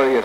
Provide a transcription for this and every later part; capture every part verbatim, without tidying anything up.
человек.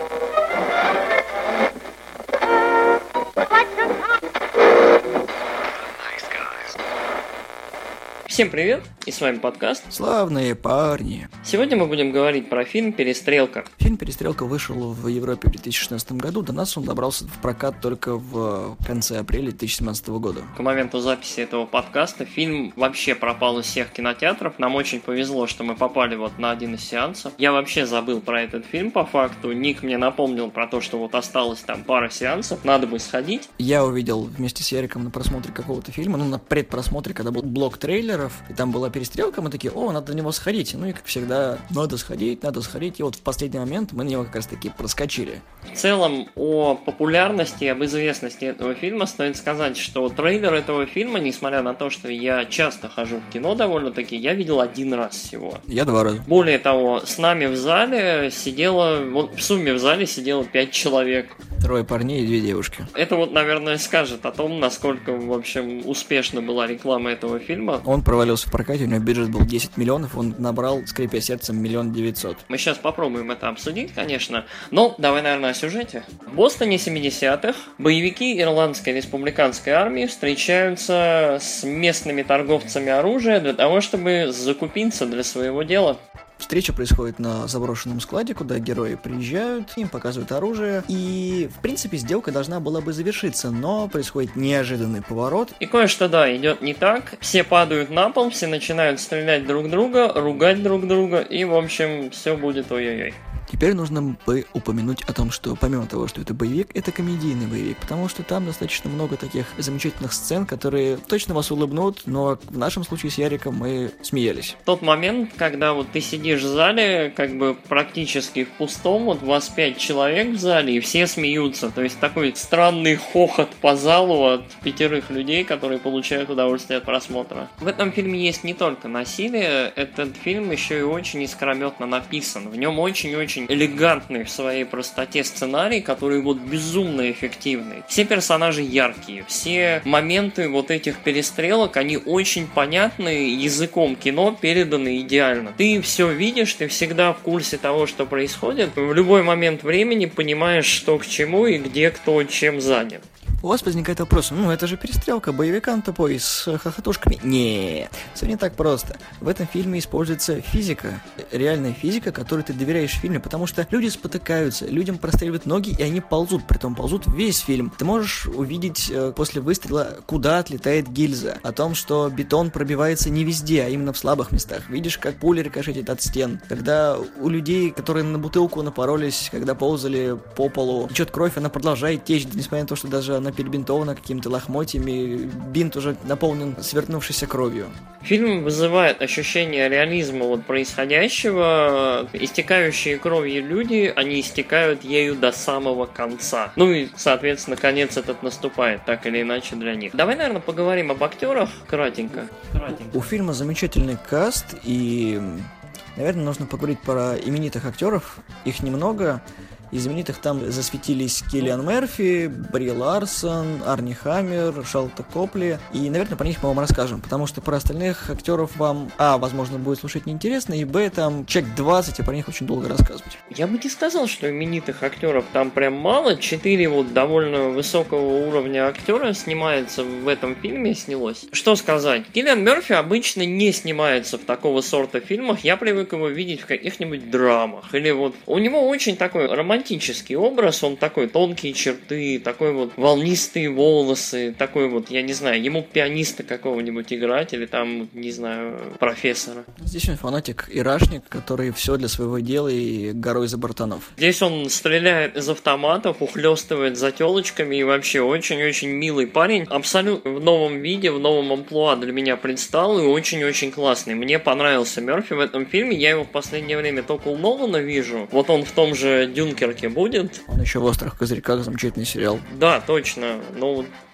Всем привет, и с вами подкаст «Славные парни». Сегодня мы будем говорить про фильм «Перестрелка». Фильм «Перестрелка» вышел в Европе в две тысячи шестнадцатом году, до нас он добрался в прокат только в конце апреля две тысячи семнадцатого года. К моменту записи этого подкаста фильм вообще пропал из всех кинотеатров, нам очень повезло, что мы попали вот на один из сеансов. Я вообще забыл про этот фильм по факту, Ник мне напомнил про то, что вот осталось там пара сеансов, надо бы сходить. Я увидел вместе с Яриком на просмотре какого-то фильма, ну на предпросмотре, когда был блок трейлеров, и там была перестрелка, мы такие, о, надо на него сходить. Ну и, как всегда, надо сходить, надо сходить. И вот в последний момент мы на него как раз таки проскочили. В целом, о популярности и об известности этого фильма стоит сказать, что трейлер этого фильма, несмотря на то, что я часто хожу в кино довольно-таки, я видел один раз всего. Я два раза. Более того, с нами в зале сидело, вот в сумме в зале сидело пять человек. Трое парней и две девушки. Это вот, наверное, скажет о том, насколько, в общем, успешна была реклама этого фильма. Он провалился в прокате, у него бюджет был десять миллионов, он набрал, скрипя сердцем, миллион девятьсот. Мы сейчас попробуем это обсудить, конечно. Но давай, наверное, о сюжете. В Бостоне семидесятых боевики Ирландской республиканской армии встречаются с местными торговцами оружия для того, чтобы закупиться для своего дела. Встреча происходит на заброшенном складе, куда герои приезжают, им показывают оружие, и, в принципе, сделка должна была бы завершиться, но происходит неожиданный поворот. И кое-что, да, идет не так. Все падают на пол, все начинают стрелять друг друга, ругать друг друга, и, в общем, все будет ой-ой-ой. Теперь нужно бы упомянуть о том, что помимо того, что это боевик, это комедийный боевик, потому что там достаточно много таких замечательных сцен, которые точно вас улыбнут, но в нашем случае с Яриком мы смеялись. Тот момент, когда вот ты сидишь в зале, как бы практически в пустом, вот вас пять человек в зале, и все смеются, то есть такой странный хохот по залу от пятерых людей, которые получают удовольствие от просмотра. В этом фильме есть не только насилие, этот фильм еще и очень искрометно написан, в нем очень-очень элегантный в своей простоте сценарий, который вот безумно эффективный. Все персонажи яркие, все моменты вот этих перестрелок, они очень понятны, языком кино переданы идеально. Ты все видишь, ты всегда в курсе того, что происходит, в любой момент времени понимаешь, что к чему и где кто чем занят. У вас возникает вопрос, ну это же перестрелка, боевикан тупой с хохотушками. Нет, все не так просто. В этом фильме используется физика, реальная физика, которой ты доверяешь в фильме, потому что люди спотыкаются, людям простреливают ноги, и они ползут, притом ползут весь фильм. Ты можешь увидеть э, после выстрела, куда отлетает гильза, о том, что бетон пробивается не везде, а именно в слабых местах. Видишь, как пули рикошетят от стен. Когда у людей, которые на бутылку напоролись, когда ползали по полу, течет кровь, она продолжает течь, несмотря на то, что даже она перебинтована какими-то лохмотьями, бинт уже наполнен свернувшейся кровью. Фильм вызывает ощущение реализма вот происходящего. Истекающие кровью люди, они истекают ею до самого конца. Ну и, соответственно, конец этот наступает, так или иначе, для них. Давай, наверное, поговорим об актерах кратенько. кратенько. У фильма замечательный каст, и, наверное, нужно поговорить про именитых актеров. Их немного. Из знаменитых там засветились Киллиан Мерфи, Бри Ларсон, Арни Хаммер, Шарлотта Копли. И, наверное, про них мы вам расскажем, потому что про остальных актеров вам, а, возможно, будет слушать неинтересно, и, б, там человек двадцать, и про них очень долго рассказывать. Я бы не сказал, что именитых актеров там прям мало. Четыре вот довольно высокого уровня актера снимается в этом фильме, снялось. Что сказать? Киллиан Мерфи обычно не снимается в такого сорта фильмах. Я привык его видеть в каких-нибудь драмах. Или вот у него очень такой романтичный романтический образ, он такой, тонкие черты, такой вот волнистые волосы, такой вот, я не знаю, ему пианиста какого-нибудь играть, или там, не знаю, профессора. Здесь он фанатик ирашник, который все для своего дела и горой за бортанов. Здесь он стреляет из автоматов, ухлёстывает за телочками и вообще очень-очень милый парень. Абсолютно в новом виде, в новом амплуа для меня предстал и очень-очень классный. Мне понравился Мерфи в этом фильме, я его в последнее время только у Нолана вижу. Вот он в том же Дюнкерке будет. Он еще в «Острых козырьках», замечательный сериал. Да, точно. Ну,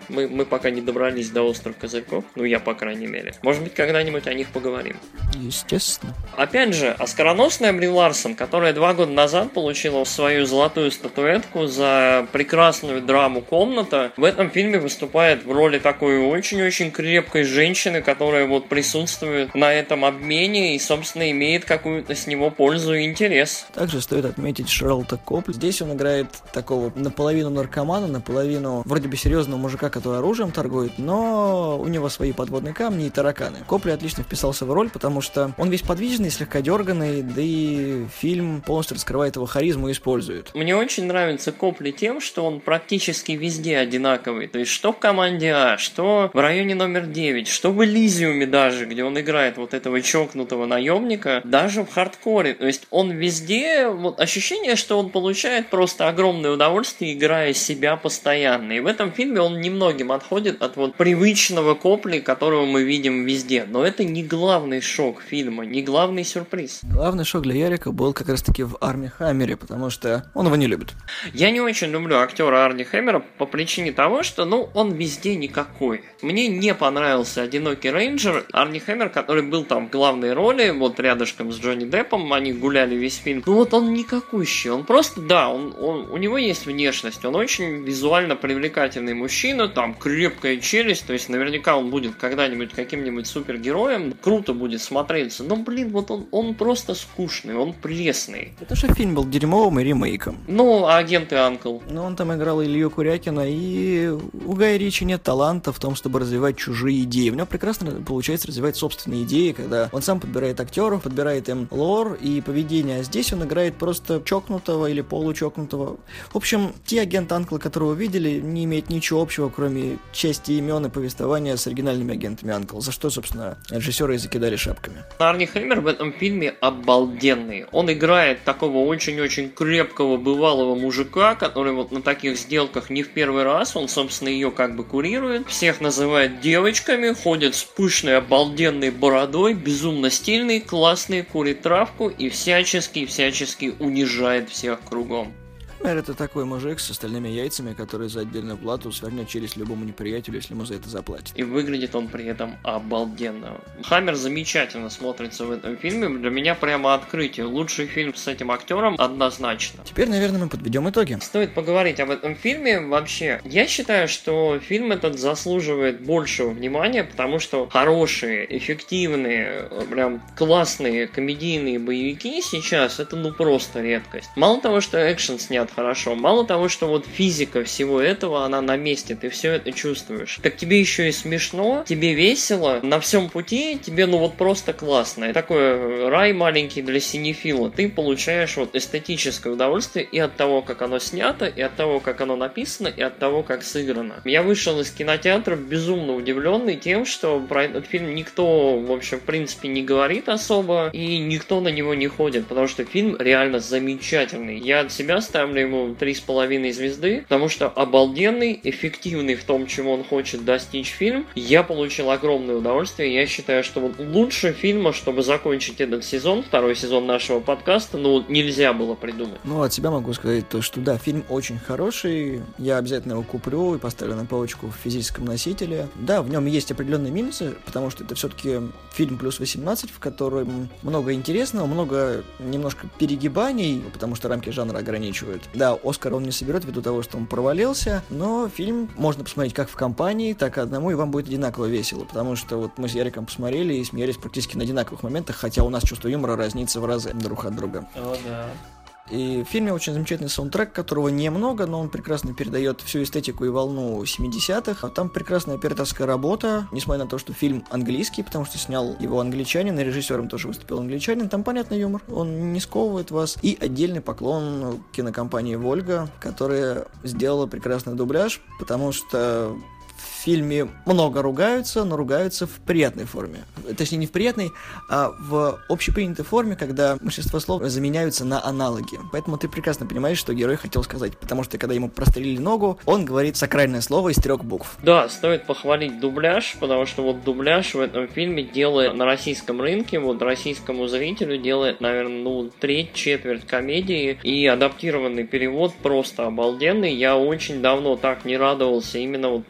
Мы, мы пока не добрались до острых козырьков, ну я по крайней мере. Может быть, когда-нибудь о них поговорим. Естественно. Опять же, оскароносная Бри Ларсон, которая два года назад получила свою золотую статуэтку за прекрасную драму «Комната», в этом фильме выступает в роли такой очень-очень крепкой женщины, которая вот присутствует на этом обмене и, собственно, имеет какую-то с него пользу и интерес. Также стоит отметить Шарлотта Копли. Здесь он играет такого наполовину наркомана, наполовину вроде бы серьезного мужика, который оружием торгует, но у него свои подводные камни и тараканы. Копли отлично вписался в роль, потому что он весь подвижный, слегка дерганный, да и фильм полностью раскрывает его харизму и использует. Мне очень нравится Копли тем, что он практически везде одинаковый. То есть, что в команде А, что в районе номер девять, что в Элизиуме даже, где он играет вот этого чокнутого наемника, даже в Хардкоре. То есть, он везде, вот ощущение, что он получает просто огромное удовольствие, играя себя постоянно. И в этом фильме он немногим отходит от вот привычного Копли, которого мы видим везде. Но это не главный шок фильма, не главный сюрприз. Главный шок для Ярика был как раз-таки в Арми Хаммере, потому что он его не любит. Я не очень люблю актера Арни Хэммера по причине того, что, ну, он везде никакой. Мне не понравился «Одинокий рейнджер». Арни Хэммер, который был там в главной роли, вот рядышком с Джонни Деппом, они гуляли весь фильм. Ну вот он никакущий, он просто, да, он, он, у него есть внешность, он очень визуально привлекательный мужчина, там крепкая челюсть, то есть наверняка он будет когда-нибудь каким-нибудь супергероем, круто будет смотреться, но, блин, вот он, он просто скучный, он пресный. Это же фильм был дерьмовым и ремейком. Ну, а «Агент и Анкл». Ну, он там играл Илью Курякина, и у Гая Ричи нет таланта в том, чтобы развивать чужие идеи. У него прекрасно получается развивать собственные идеи, когда он сам подбирает актеров, подбирает им лор и поведение. А здесь он играет просто чокнутого или получокнутого. В общем, те агенты Анкла, которого вы видели, не имеют ничего общего, кроме части имен и повествования с оригинальными агентами Анкл, за что, собственно, режиссеры и закидали шапками. Арни Хэммер в этом фильме обалденный. Он играет такого очень-очень крепкого бывалого мужика, который вот на таких сделках не в первый раз, он, собственно, ее как бы курирует, всех называет девочками, ходит с пышной обалденной бородой, безумно стильный, классный, курит травку и всячески-всячески унижает всех кругом. Это такой мужик с остальными яйцами, который за отдельную плату свернет челюсть любому неприятелю, если ему за это заплатят. И выглядит он при этом обалденно. Хаммер замечательно смотрится в этом фильме. Для меня прямо открытие. Лучший фильм с этим актером однозначно. Теперь, наверное, мы подведем итоги. Стоит поговорить об этом фильме вообще. Я считаю, что фильм этот заслуживает большего внимания, потому что хорошие, эффективные, прям классные комедийные боевики сейчас это ну просто редкость. Мало того, что экшен снят хорошо. Мало того, что вот физика всего этого, она на месте, ты все это чувствуешь. Так тебе еще и смешно, тебе весело, на всем пути тебе ну вот просто классно. И такой рай маленький для синефила. Ты получаешь вот эстетическое удовольствие и от того, как оно снято, и от того, как оно написано, и от того, как сыграно. Я вышел из кинотеатра безумно удивленный тем, что про этот фильм никто, в общем, в принципе, не говорит особо, и никто на него не ходит, потому что фильм реально замечательный. Я от себя ставлю ему три с половиной звезды, потому что обалденный, эффективный в том, чего он хочет достичь фильм. Я получил огромное удовольствие. Я считаю, что вот лучше фильма, чтобы закончить этот сезон, второй сезон нашего подкаста, ну, нельзя было придумать. Ну, от себя могу сказать то, что да, фильм очень хороший. Я обязательно его куплю и поставлю на полочку в физическом носителе. Да, в нем есть определенные минусы, потому что это все-таки фильм плюс восемнадцать, в котором много интересного, много немножко перегибаний, потому что рамки жанра ограничивают. Да, Оскар он не соберет ввиду того, что он провалился, но фильм можно посмотреть как в компании, так и одному, и вам будет одинаково весело, потому что вот мы с Яриком посмотрели и смеялись практически на одинаковых моментах, хотя у нас чувство юмора разнится в разы друг от друга. О, да. И в фильме очень замечательный саундтрек, которого немного, но он прекрасно передает всю эстетику и волну семидесятых. А там прекрасная операторская работа, несмотря на то, что фильм английский, потому что снял его англичанин, и режиссером тоже выступил англичанин. Там понятный юмор, он не сковывает вас. И отдельный поклон кинокомпании «Вольга», которая сделала прекрасный дубляж, потому что в фильме много ругаются, но ругаются в приятной форме. Точнее, не в приятной, а в общепринятой форме, когда большинство слов заменяются на аналоги. Поэтому ты прекрасно понимаешь, что герой хотел сказать. Потому что, когда ему прострелили ногу, он говорит сакральное слово из трех букв. Да, стоит похвалить дубляж, потому что вот дубляж в этом фильме делает на российском рынке, вот российскому зрителю делает, наверное, ну, треть, четверть комедии. И адаптированный перевод просто обалденный. Я очень давно так не радовался именно вот тому,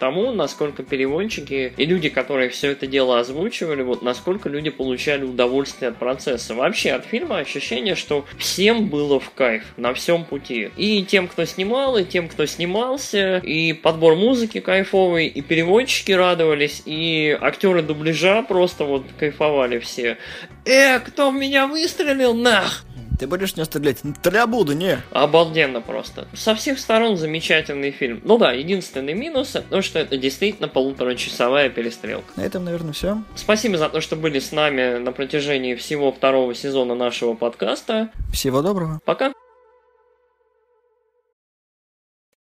насколько переводчики и люди, которые все это дело озвучивали, вот насколько люди получали удовольствие от процесса. Вообще от фильма ощущение, что всем было в кайф на всем пути. И тем, кто снимал, и тем, кто снимался, и подбор музыки кайфовый, и переводчики радовались, и актеры дубляжа просто вот кайфовали все. Э, кто в меня выстрелил, нах! Ты будешь не стрелять? Я буду, не. Обалденно просто. Со всех сторон замечательный фильм. Ну да, единственный минус, то что это действительно полуторачасовая перестрелка. На этом, наверное, все. Спасибо за то, что были с нами на протяжении всего второго сезона нашего подкаста. Всего доброго. Пока.